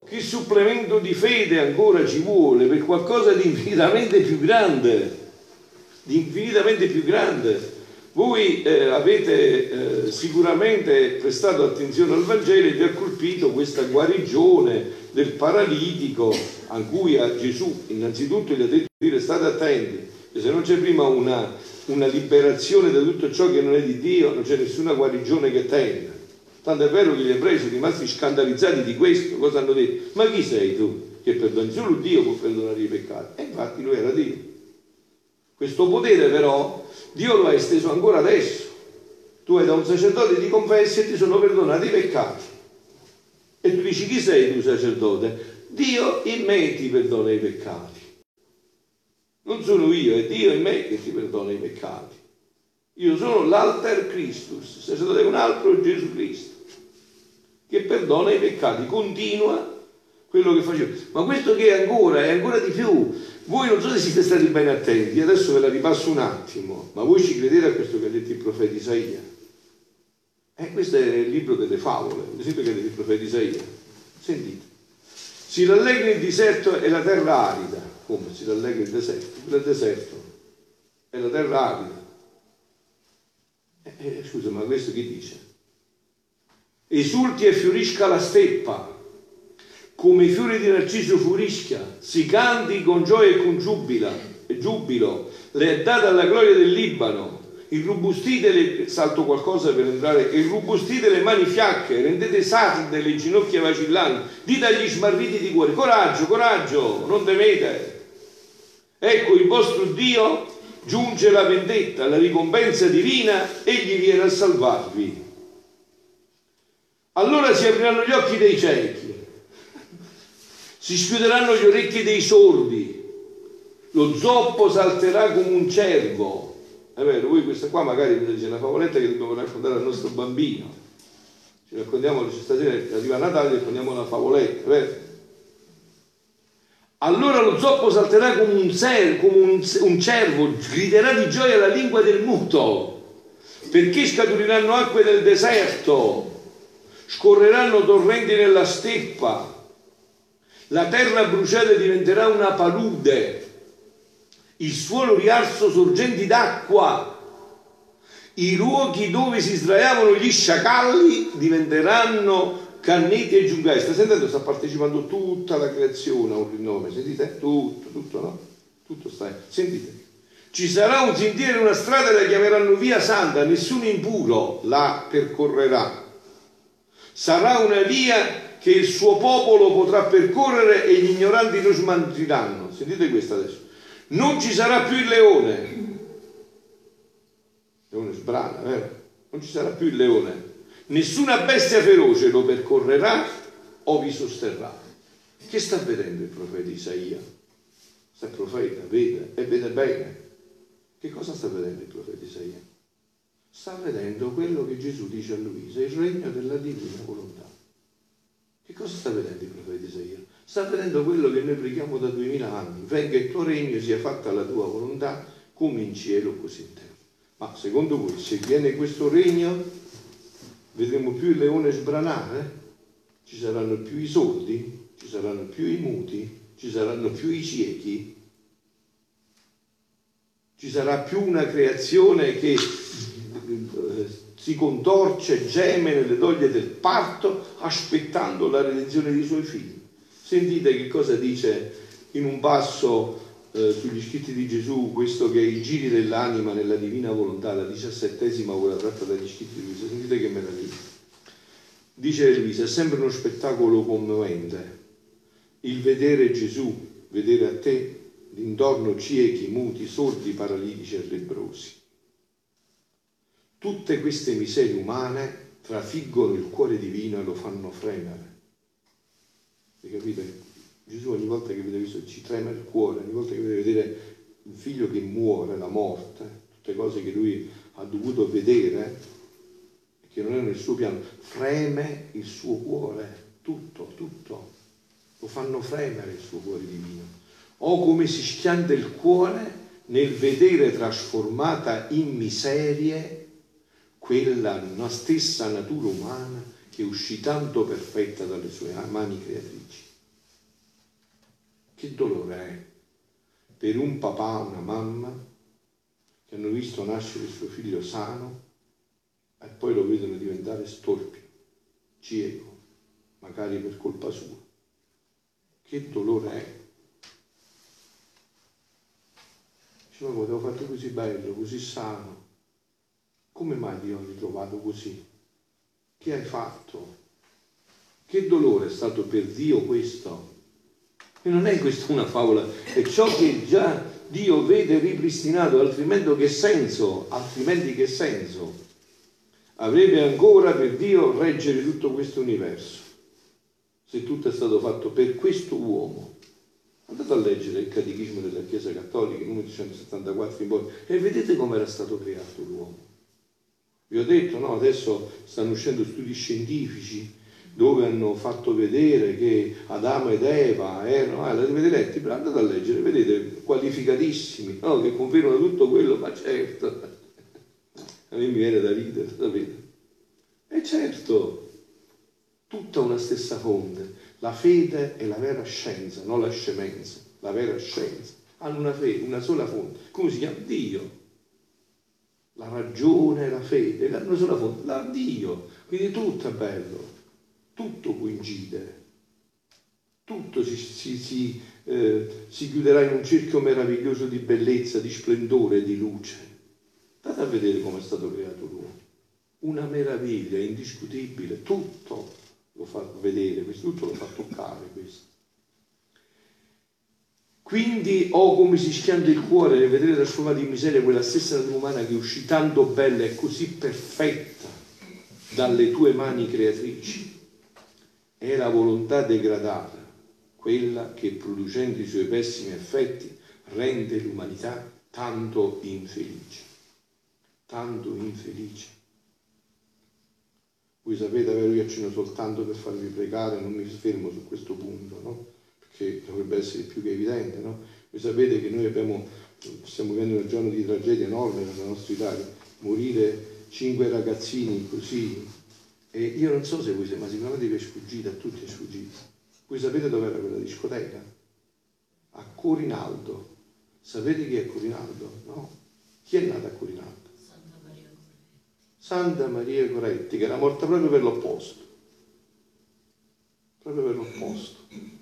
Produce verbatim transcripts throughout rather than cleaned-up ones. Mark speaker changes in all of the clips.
Speaker 1: che supplemento di fede ancora ci vuole per qualcosa di infinitamente più grande, di infinitamente più grande. Voi eh, avete eh, sicuramente prestato attenzione al Vangelo e vi ha colpito questa guarigione del paralitico, a cui a Gesù innanzitutto gli ha detto di dire state attenti, che se non c'è prima una, una liberazione da tutto ciò che non è di Dio, non c'è nessuna guarigione che tenga. Tanto è vero che gli ebrei sono rimasti scandalizzati di questo. Cosa hanno detto? Ma chi sei tu che perdoni? Solo Dio può perdonare i peccati. E infatti lui era Dio. Questo potere però Dio lo ha esteso ancora adesso. Tu hai da un sacerdote, ti confessi e ti sono perdonati i peccati. E tu dici chi sei tu sacerdote? Dio in me ti perdona i peccati. Non sono io, è Dio in me che ti perdona i peccati. Io sono l'alter Christus, il sacerdote è un altro Gesù Cristo, che perdona i peccati, continua quello che faceva. Ma questo che è ancora, è ancora di più. Voi non so se siete stati ben attenti, adesso ve la ripasso un attimo, ma voi ci credete a questo che ha detto il profeta Isaia? Eh, questo è il libro delle favole, ad esempio che ha detto il profeta Isaia. Sentite. Si rallegra il deserto e la terra arida. Come si rallegra il deserto? Il deserto è la terra arida. Eh, eh, scusa, ma questo chi dice? Esulti e fiorisca la steppa, come i fiori di narciso fiorisca, si canti con gioia e con giubila, e giubilo, le è data la gloria del Libano, irrobustite le, salto qualcosa per entrare, irrobustite le mani fiacche, rendete sarde le ginocchia vacillanti, dite agli smarriti di cuore, coraggio, coraggio, non temete, ecco il vostro Dio giunge la vendetta, la ricompensa divina, egli viene a salvarvi. Allora si apriranno gli occhi dei ciechi, si schiuderanno gli orecchi dei sordi, lo zoppo salterà come un cervo. È vero, voi questa qua magari c'è una favoletta che dobbiamo raccontare al nostro bambino. Ci raccontiamo, stasera arriva Natale e raccontiamo una favoletta, è vero? Allora lo zoppo salterà come un, ser, come un, un cervo, griderà di gioia la lingua del muto, perché scaturiranno acque nel deserto, scorreranno torrenti nella steppa, la terra bruciata diventerà una palude, il suolo riarso sorgenti d'acqua, i luoghi dove si sdraiavano gli sciacalli diventeranno canneti e giungari. Sta sentendo? Sta partecipando tutta la creazione a un rinnome, sentite? Tutto, tutto, no? Tutto sta. Sentite. Ci sarà un sentiero e una strada, la chiameranno via santa, nessun impuro la percorrerà. Sarà una via che il suo popolo potrà percorrere e gli ignoranti lo smantiranno. Sentite questo adesso. Non ci sarà più il leone. Il leone sbrana, vero? Non ci sarà più il leone. Nessuna bestia feroce lo percorrerà o vi sosterrà. Che sta vedendo il profeta Isaia? Sta profeta, vede e vede bene. Che cosa sta vedendo il profeta Isaia? Sta vedendo quello che Gesù dice a Luisa, il regno della divina volontà. Che cosa sta vedendo il profeta Isaia? Sta vedendo quello che noi preghiamo da duemila anni. Venga il tuo regno, sia fatta la tua volontà, come in cielo così in terra. Ma secondo voi, se viene questo regno, vedremo più il leone sbranare? Ci saranno più i sordi? Ci saranno più i muti? Ci saranno più i ciechi? Ci sarà più una creazione che si contorce, geme nelle doglie del parto, aspettando la redenzione dei suoi figli. Sentite che cosa dice in un passo eh, sugli scritti di Gesù, questo che è i giri dell'anima nella divina volontà, la diciassettesima ora tratta dagli scritti di Luisa. Sentite che meraviglia. Dice Luisa, è sempre uno spettacolo commovente il vedere Gesù, vedere a te d'intorno ciechi, muti, sordi, paralitici e lebbrosi. Tutte queste miserie umane trafiggono il cuore divino e lo fanno fremere. Vi capite? Gesù ogni volta che vede questo ci trema il cuore, ogni volta che vede vedere il figlio che muore, la morte, tutte cose che lui ha dovuto vedere e che non erano nel suo piano, freme il suo cuore, tutto, tutto, lo fanno fremere il suo cuore divino. O come si schianta il cuore nel vedere trasformata in miserie quella stessa natura umana che uscì tanto perfetta dalle sue mani creatrici. Che dolore è per un papà, una mamma che hanno visto nascere il suo figlio sano e poi lo vedono diventare storpio, cieco, magari per colpa sua. Che dolore è. Dice, ma l'avevo fatto così bello, così sano, come mai ti ho ritrovato così? Che hai fatto? Che dolore è stato per Dio questo? E non è questa una favola, è ciò che già Dio vede ripristinato, altrimenti che senso, altrimenti che senso avrebbe ancora per Dio reggere tutto questo universo, se tutto è stato fatto per questo uomo. Andate a leggere il Catechismo della Chiesa Cattolica, numero centosettantaquattro in poi, e vedete come era stato creato l'uomo. Vi ho detto, no? Adesso stanno uscendo studi scientifici dove hanno fatto vedere che Adamo ed Eva erano, ah, l'avete letti? Andate a leggere, vedete, qualificatissimi, no? Che confermano tutto quello, ma certo, a me mi viene da ridere, sapete? E certo, tutta una stessa fonte, la fede è la vera scienza, non la scemenza, la vera scienza, hanno una fede, una sola fonte, come si chiama? Dio. La ragione e la fede, hanno una sola fonte, la Dio, quindi tutto è bello. Tutto coincide, tutto si, si, si, eh, si chiuderà in un cerchio meraviglioso di bellezza, di splendore, di luce. Andate a vedere come è stato creato l'uomo. Una meraviglia indiscutibile, tutto lo fa vedere, questo, tutto lo fa toccare questo. Quindi, oh come si schianta il cuore nel vedere trasformata in miseria quella stessa natura umana che uscì tanto bella e così perfetta dalle tue mani creatrici. È la volontà degradata, quella che producendo i suoi pessimi effetti rende l'umanità tanto infelice, tanto infelice. Voi sapete, vero, io accenno soltanto per farvi pregare, non mi fermo su questo punto, no? Perché dovrebbe essere più che evidente, no? Voi sapete che noi abbiamo, stiamo vivendo un giorno di tragedia enorme nella nostra Italia, morire cinque ragazzini così. E io non so se voi, ma sicuramente vi è sfuggita, a tutti è sfuggita. Voi sapete dove era quella discoteca? A Corinaldo. Sapete chi è Corinaldo? No? Chi è nato a Corinaldo?
Speaker 2: Santa Maria Goretti.
Speaker 1: Santa Maria Goretti, che era morta proprio per l'opposto. Proprio per l'opposto.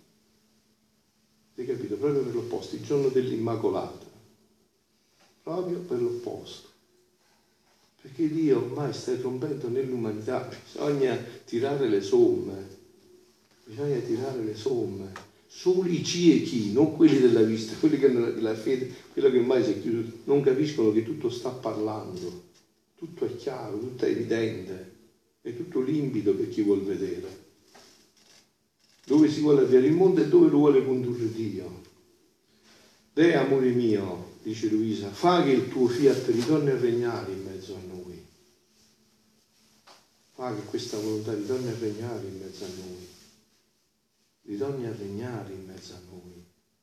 Speaker 1: Avete capito? Proprio per l'opposto, il giorno dell'Immacolata. Proprio per l'opposto. Perché Dio ormai sta irrompendo nell'umanità, bisogna tirare le somme, bisogna tirare le somme. Solo i ciechi, non quelli della vista, quelli che hanno la fede, quello che mai si è chiuso, non capiscono che tutto sta parlando, tutto è chiaro, tutto è evidente, è tutto limpido per chi vuol vedere. Dove si vuole avviare il mondo e dove lo vuole condurre Dio. Deh, amore mio, dice Luisa, fa che il tuo fiat ritorni a regnare in mezzo a noi. Fa che questa volontà ritorni a regnare in mezzo a noi. Ritorni a regnare in mezzo a noi.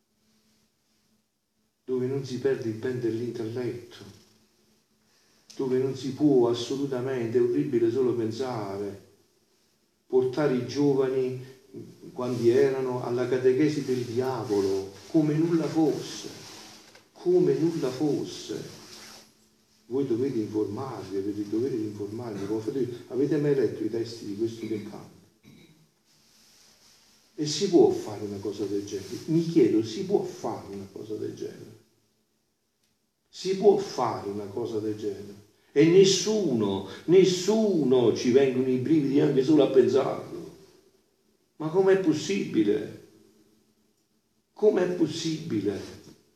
Speaker 1: Dove non si perde il ben dell'intelletto. Dove non si può assolutamente, è orribile solo pensare, portare i giovani, quando erano, alla catechesi del diavolo, come nulla fosse. Come nulla fosse. Voi dovete informarvi, avete il dovere di informarvi. Avete mai letto i testi di questi che cantano? E si può fare una cosa del genere? Mi chiedo, si può fare una cosa del genere? Si può fare una cosa del genere? E nessuno, nessuno ci vengono i brividi anche solo a pensarlo. Ma com'è possibile? Com'è possibile?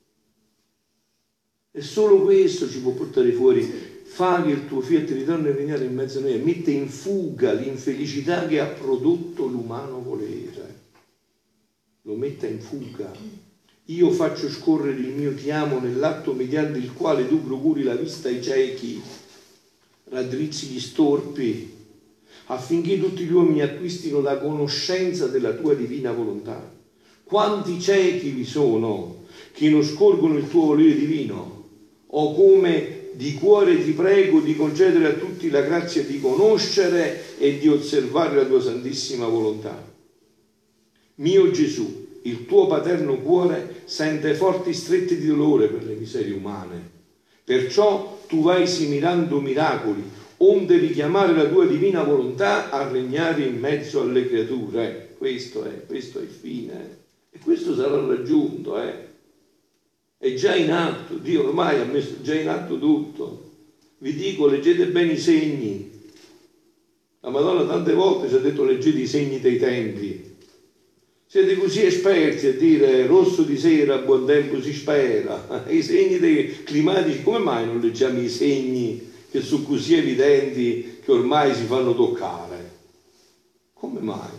Speaker 1: E solo questo ci può portare fuori. Fa che il tuo fiat ritorni a regnare in mezzo a noi e mette in fuga l'infelicità che ha prodotto l'umano volere. Lo metta in fuga. Io faccio scorrere il mio ti amo nell'atto mediante il quale tu procuri la vista ai ciechi, raddrizzi gli storpi, affinché tutti gli uomini acquistino la conoscenza della tua divina volontà. Quanti ciechi vi sono che non scorgono il tuo volere divino? O come di cuore ti prego di concedere a tutti la grazia di conoscere e di osservare la tua santissima volontà. Mio Gesù, il tuo paterno cuore sente forti strette di dolore per le miserie umane. Perciò tu vai similando miracoli, onde richiamare la tua divina volontà a regnare in mezzo alle creature. Questo è, questo è il fine. E questo sarà raggiunto, eh. È già in atto, Dio ormai ha messo già in atto tutto. Vi dico, leggete bene i segni. La Madonna tante volte ci ha detto leggete i segni dei tempi. Siete così esperti a dire rosso di sera, buon tempo si spera. I segni dei climatici, come mai non leggiamo i segni che sono così evidenti che ormai si fanno toccare? Come mai?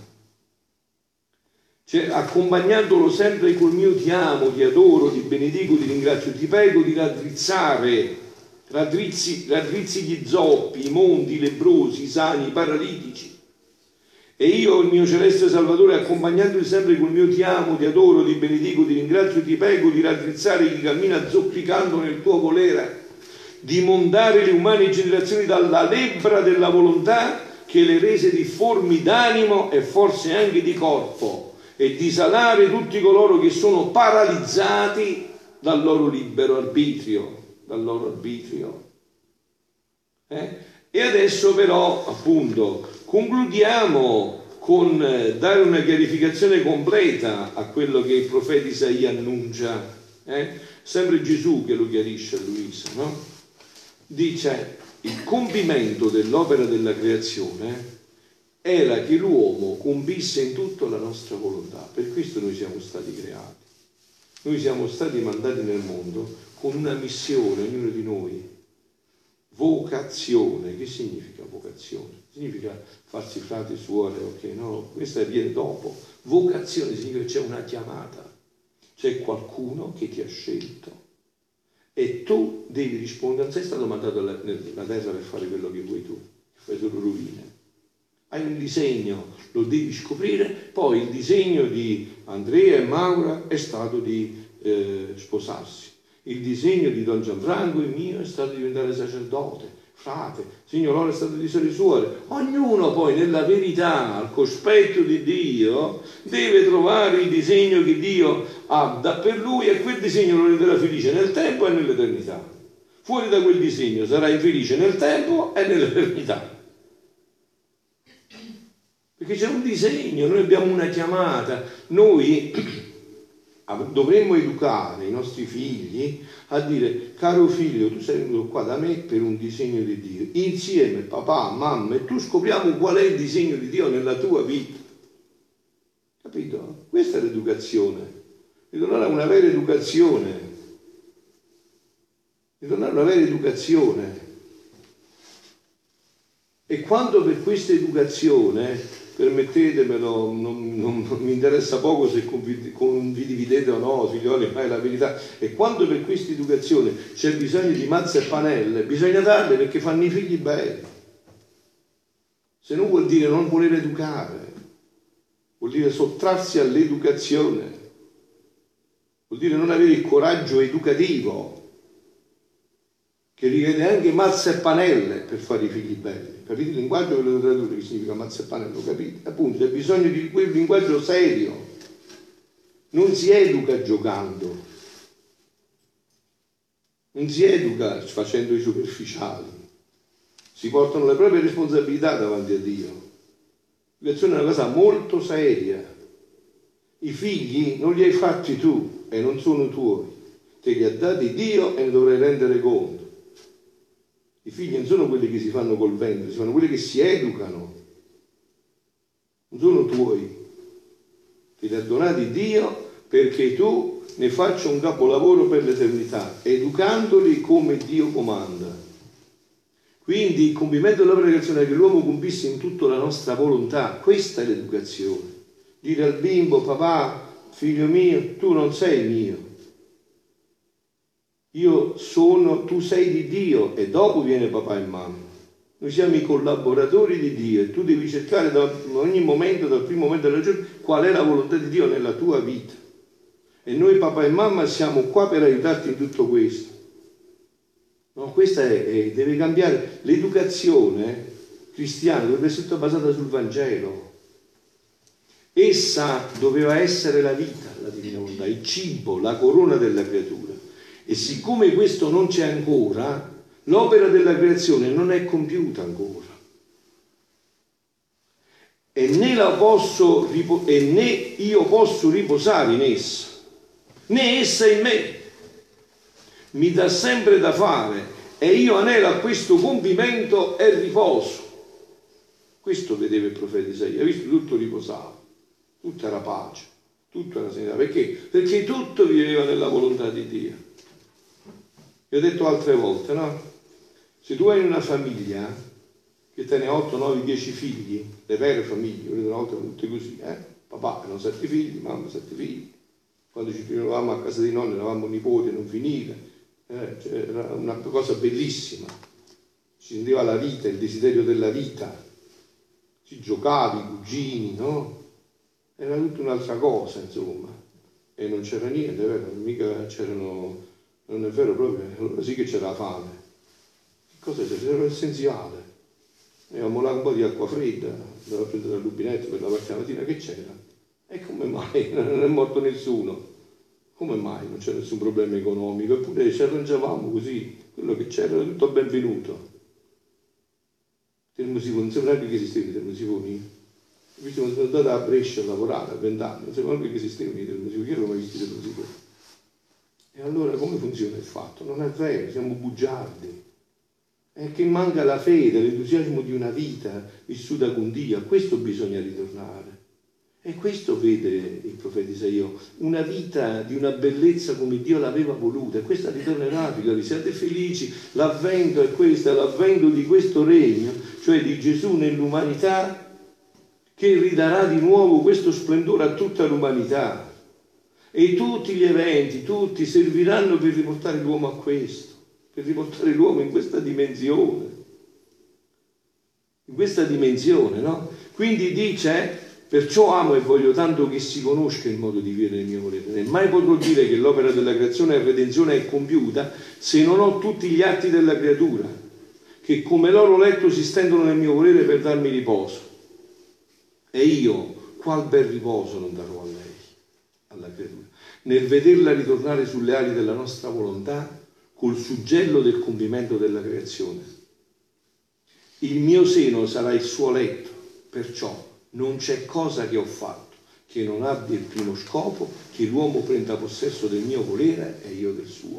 Speaker 1: Cioè, accompagnandolo sempre col mio ti amo, ti adoro, ti benedico, ti ringrazio, ti prego di raddrizzare, raddrizzi, raddrizzi gli zoppi, i mondi, i lebbrosi, i sani, i paralitici. E io, il mio celeste Salvatore, accompagnandoli sempre col mio ti amo, ti adoro, ti benedico, ti ringrazio, ti prego di raddrizzare chi cammina zoppicando nel tuo volere, di mondare le umane generazioni dalla lebbra della volontà che le rese difformi d'animo e forse anche di corpo, e di sanare tutti coloro che sono paralizzati dal loro libero arbitrio, dal loro arbitrio. Eh? E adesso però, appunto, concludiamo con eh, dare una chiarificazione completa a quello che il profeta Isaia annuncia. Eh? Sempre Gesù che lo chiarisce a Luisa, no? Dice, il compimento dell'opera della creazione era che l'uomo compisse in tutto la nostra volontà. Per questo noi siamo stati creati. Noi siamo stati mandati nel mondo con una missione, ognuno di noi. Vocazione. Che significa vocazione? Significa farsi frate, suore, ok? No, questa viene dopo. Vocazione significa che c'è una chiamata. C'è qualcuno che ti ha scelto. E tu devi rispondere. Non sei stato mandato nella terra per fare quello che vuoi tu. Fai solo rovine. Hai un disegno, lo devi scoprire. Poi il disegno di Andrea e Maura è stato di eh, sposarsi. Il disegno di Don Gianfranco e mio è stato di diventare sacerdote, frate. Il disegno loro è stato di essere suore. Ognuno poi nella verità, al cospetto di Dio, deve trovare il disegno che Dio ha da per lui, e quel disegno lo renderà felice nel tempo e nell'eternità. Fuori da quel disegno sarà infelice nel tempo e nell'eternità. Perché c'è un disegno, noi abbiamo una chiamata, noi dovremmo educare i nostri figli a dire: caro figlio, tu sei venuto qua da me per un disegno di Dio, insieme papà, mamma e tu scopriamo qual è il disegno di Dio nella tua vita. Capito? Questa è l'educazione, ritornare a una vera educazione, ritornare a una vera educazione. E quando per questa educazione, permettetemelo, non, non, non mi interessa poco se condividete o no, figlioli, ma è la verità, e quando per questa educazione c'è bisogno di mazze e panelle, bisogna darle, perché fanno i figli belli. Se no vuol dire non voler educare, vuol dire sottrarsi all'educazione, vuol dire non avere il coraggio educativo, che richiede anche mazze e panelle per fare i figli belli. Capite il linguaggio che lo tradurre, che significa mazze e panelle? Lo capite? Appunto, c'è bisogno di quel linguaggio serio. Non si educa giocando, non si educa facendo i superficiali, si portano le proprie responsabilità davanti a Dio. L'educazione è una cosa molto seria. I figli non li hai fatti tu e non sono tuoi, te li ha dati Dio e ne dovrai rendere conto. I figli non sono quelli che si fanno col vento, si fanno quelli che si educano, non sono tuoi, te li ha donati Dio perché tu ne faccia un capolavoro per l'eternità, educandoli come Dio comanda. Quindi il compimento dell'opera della creazione è che l'uomo compisse in tutto la nostra volontà. Questa è l'educazione. Dire al bimbo: papà, figlio mio, tu non sei mio, io sono, tu sei di Dio, e dopo viene papà e mamma. Noi siamo i collaboratori di Dio e tu devi cercare da ogni momento, dal primo momento della giornata, qual è la volontà di Dio nella tua vita. E noi papà e mamma siamo qua per aiutarti in tutto questo. No, questa è, è, deve cambiare. L'educazione cristiana dovrebbe essere basata sul Vangelo. Essa doveva essere la vita. mia volontà, il cibo, la corona della creatura. E siccome questo non c'è ancora, l'opera della creazione non è compiuta ancora. E né, la posso, e né io posso riposare in essa, né essa in me. Mi dà sempre da fare e io anelo a questo compimento e riposo. Questo vedeva il profeta Isaia, ha visto, tutto riposava, tutta era pace, tutto era serenità. Perché? Perché tutto viveva nella volontà di Dio. Vi ho detto altre volte, no? Se tu hai una famiglia che te ne ha otto, nove, dieci figli, le vere famiglie, quelle una volta erano tutte così, eh? Papà erano sette figli, mamma sette figli. Quando ci trovavamo a casa di nonni eravamo nipoti, non finire, eh? Cioè, era una cosa bellissima. Si sentiva la vita, il desiderio della vita. Si giocava, i cugini, no? Era tutta un'altra cosa, insomma. E non c'era niente, è vero? Mica c'erano, non è vero proprio, allora sì che c'era fame. Che cosa c'era? C'era l'essenziale. Avevamo là un po' di acqua fredda, andava a prendere dal rubinetto per lavarsi la mattina, che c'era? E come mai? Non è morto nessuno. Come mai non c'è nessun problema economico? Eppure ci arrangiavamo così, quello che c'era era tutto benvenuto. Termosifoni, non sapeva neanche che esistevano i termosifoni. Sono andato a Brescia a lavorare a vent'anni, non sapeva neanche che esistevano i termosifoni, io non ho mai visto i termosifoni. E allora come funziona il fatto? Non è vero, siamo bugiardi. È che manca la fede, l'entusiasmo di una vita vissuta con Dio, a questo bisogna ritornare. E questo vede il profeta Isaia, una vita di una bellezza come Dio l'aveva voluta, e questa ritornerà, figlioli, siate felici, l'avvento è questo, è l'avvento di questo regno, cioè di Gesù nell'umanità, che ridarà di nuovo questo splendore a tutta l'umanità. E tutti gli eventi, tutti serviranno per riportare l'uomo a questo, per riportare l'uomo in questa dimensione, in questa dimensione, no? Quindi dice... Perciò amo e voglio tanto che si conosca il modo di vivere nel mio volere. Né mai potrò dire che l'opera della creazione e redenzione è compiuta se non ho tutti gli atti della creatura, che come l'oro letto si stendono nel mio volere per darmi riposo. E io, qual bel riposo non darò a lei, alla creatura, nel vederla ritornare sulle ali della nostra volontà col suggello del compimento della creazione. Il mio seno sarà il suo letto, perciò non c'è cosa che ho fatto che non abbia il primo scopo che l'uomo prenda possesso del mio volere e io del suo.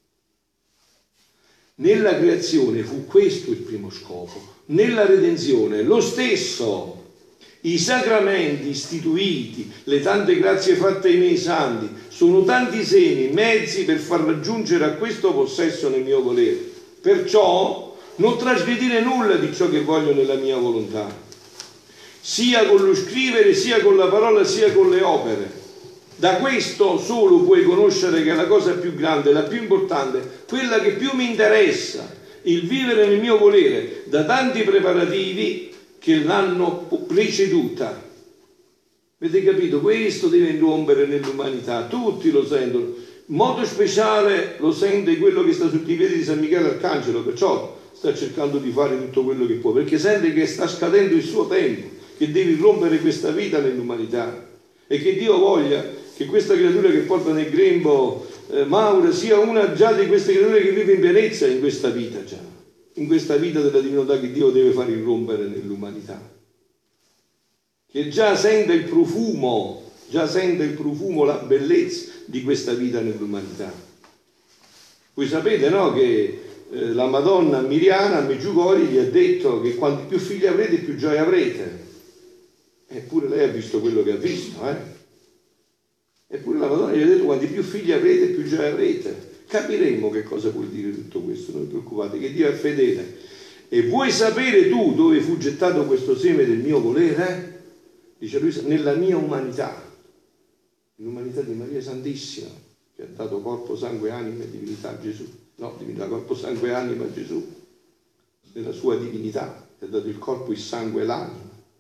Speaker 1: Nella creazione fu questo il primo scopo, nella redenzione lo stesso. I sacramenti istituiti, le tante grazie fatte ai miei santi, sono tanti semi, mezzi per far raggiungere a questo possesso nel mio volere. Perciò non trasgredire nulla di ciò che voglio nella mia volontà, sia con lo scrivere, sia con la parola, sia con le opere. Da questo solo puoi conoscere che è la cosa più grande, la più importante, quella che più mi interessa, il vivere nel mio volere, da tanti preparativi che l'hanno preceduta. Avete capito? Questo deve irrompere nell'umanità, tutti lo sentono. In modo speciale lo sente quello che sta sotto i piedi di San Michele Arcangelo, perciò sta cercando di fare tutto quello che può, perché sente che sta scadendo il suo tempo, che devi rompere questa vita nell'umanità e che Dio voglia che questa creatura che porta nel grembo eh, Maura sia una già di queste creature che vive in pienezza in questa vita già, in questa vita della divinità che Dio deve far irrompere nell'umanità, che già sente il profumo, già sente il profumo, la bellezza di questa vita nell'umanità. Voi sapete, no, che eh, la Madonna Miriana a Meggiugori gli ha detto che quanti più figli avrete più gioia avrete. Eppure lei ha visto quello che ha visto, eh? Eppure la Madonna gli ha detto quanti più figli avrete più gioia avrete. Capiremo che cosa vuol dire tutto questo, non vi preoccupate, che Dio è fedele. E vuoi sapere tu dove fu gettato questo seme del mio volere? Dice lui, nella mia umanità, l'umanità di Maria Santissima, che ha dato corpo, sangue, anima e divinità a Gesù. No, divinità, corpo, sangue e anima a Gesù. Nella sua divinità, che ha dato il corpo, il sangue e l'anima.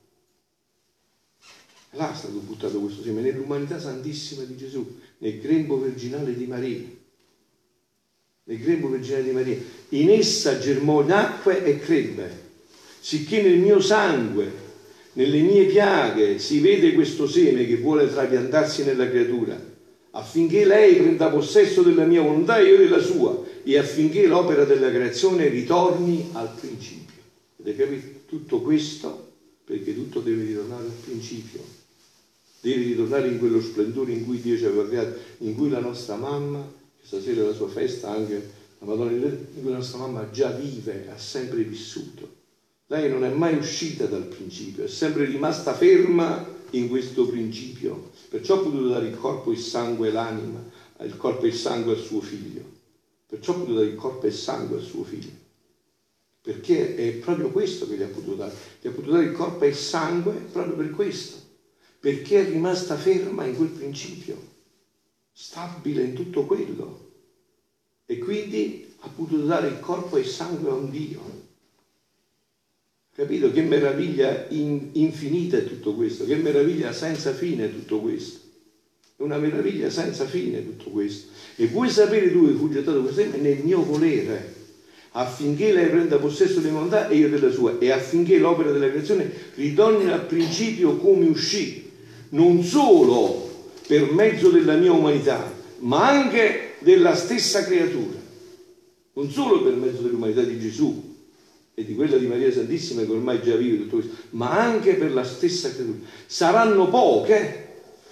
Speaker 1: Là è stato buttato questo seme, nell'umanità santissima di Gesù, nel grembo virginale di Maria. Nel grembo virginale di Maria. In essa germò, nacque e crebbe, sicché nel mio sangue, nelle mie piaghe, si vede questo seme che vuole trapiantarsi nella creatura, affinché lei prenda possesso della mia volontà e io della sua, e affinché l'opera della creazione ritorni al principio. Avete capito? Tutto questo perché tutto deve ritornare al principio, deve ritornare in quello splendore in cui Dio ci aveva creato, in cui la nostra mamma, che stasera è la sua festa, anche la Madonna, in cui la nostra mamma già vive, ha sempre vissuto. Lei non è mai uscita dal principio, è sempre rimasta ferma in questo principio, perciò ha potuto dare il corpo, il sangue e l'anima, il corpo e il sangue al suo figlio, perciò ha potuto dare il corpo e il sangue al suo figlio, perché è proprio questo che gli ha potuto dare, gli ha potuto dare il corpo e il sangue proprio per questo, perché è rimasta ferma in quel principio, stabile in tutto quello, e quindi ha potuto dare il corpo e il sangue a un Dio. Capito? Che meraviglia in, infinita è tutto questo, che meraviglia senza fine è tutto questo. È una meraviglia senza fine tutto questo. E vuoi sapere tu che fu gettato questo seme? Nel mio volere, affinché lei prenda possesso delle volontà e io della sua, e affinché l'opera della creazione ritorni al principio come uscì, non solo per mezzo della mia umanità, ma anche della stessa creatura. Non solo per mezzo dell'umanità di Gesù e di quella di Maria Santissima che ormai già vive tutto questo, ma anche per la stessa creatura. Saranno poche,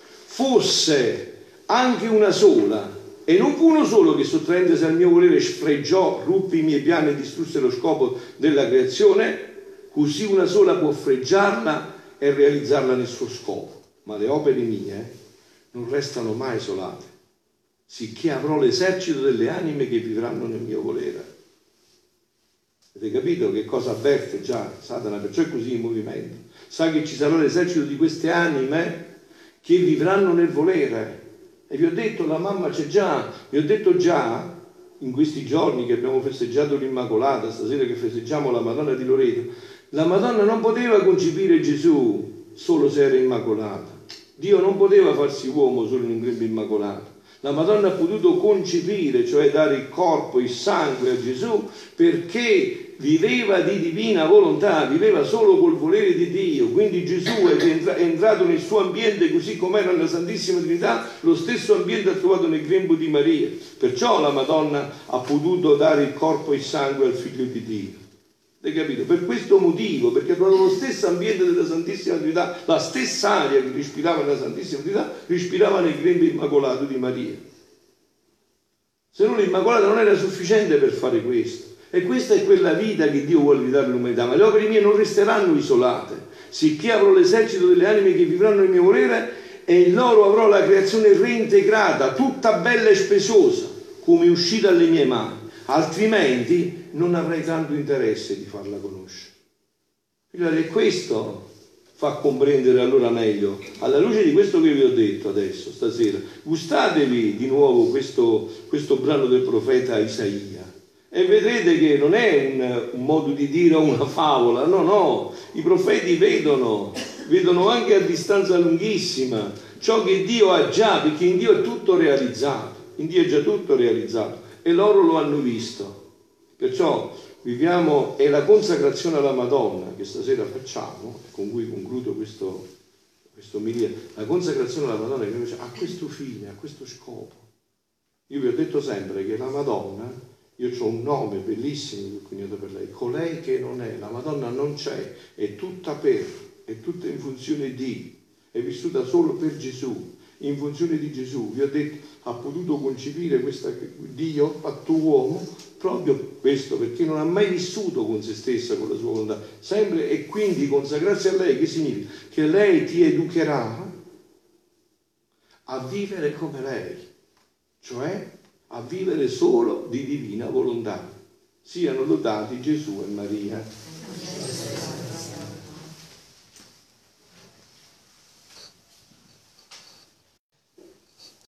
Speaker 1: fosse anche una sola, e non fu uno solo che sottraendosi al mio volere sfregiò, ruppe i miei piani e distrusse lo scopo della creazione, così una sola può freggiarla e realizzarla nel suo scopo. Ma le opere mie non restano mai isolate, sicché avrò l'esercito delle anime che vivranno nel mio volere. Avete capito che cosa avverte già Satana? Perciò è così in movimento. Sa che ci sarà l'esercito di queste anime che vivranno nel volere. E vi ho detto, la mamma c'è già, vi ho detto già, in questi giorni che abbiamo festeggiato l'Immacolata, stasera che festeggiamo la Madonna di Loreto, la Madonna non poteva concepire Gesù solo se era immacolata. Dio non poteva farsi uomo solo in un grembo immacolato. La Madonna ha potuto concepire, cioè dare il corpo, il sangue a Gesù, perché viveva di divina volontà, viveva solo col volere di Dio. Quindi Gesù è entrato nel suo ambiente così com'era nella Santissima Trinità, lo stesso ambiente ha trovato nel grembo di Maria. Perciò la Madonna ha potuto dare il corpo e il sangue al Figlio di Dio. Avete capito? Per questo motivo, perché ha trovato lo stesso ambiente della Santissima Trinità, la stessa aria che respirava nella Santissima Trinità, respirava nel grembo immacolato di Maria. Se no l'Immacolata non era sufficiente per fare questo. E questa è quella vita che Dio vuole ridare all'umanità. Ma le opere mie non resteranno isolate, sicché avrò l'esercito delle anime che vivranno nel mio volere e in loro avrò la creazione reintegrata, tutta bella e spesosa, come uscita dalle mie mani. Altrimenti non avrei tanto interesse di farla conoscere. E questo fa comprendere allora meglio, alla luce di questo che vi ho detto adesso, stasera, gustatevi di nuovo questo, questo brano del profeta Isaia e vedrete che non è un, un modo di dire o una favola, no, no, i profeti vedono, vedono anche a distanza lunghissima ciò che Dio ha già, perché in Dio è tutto realizzato, in Dio è già tutto realizzato e loro lo hanno visto. Perciò viviamo, è la consacrazione alla Madonna che stasera facciamo, con cui concludo questo, questo omelia, la consacrazione alla Madonna che noi facciamo, a questo fine, a questo scopo. Io vi ho detto sempre che la Madonna, io ho un nome bellissimo che ho coniato per lei, colei che non è, la Madonna non c'è, è tutta per, è tutta in funzione di, è vissuta solo per Gesù, in funzione di Gesù. Vi ho detto, ha potuto concepire questa, Dio fatto uomo, proprio questo, perché non ha mai vissuto con se stessa, con la sua volontà, sempre, e quindi consacrarsi a lei che significa? Che lei ti educherà a vivere come lei, cioè a vivere solo di divina volontà. Siano lodati Gesù e Maria.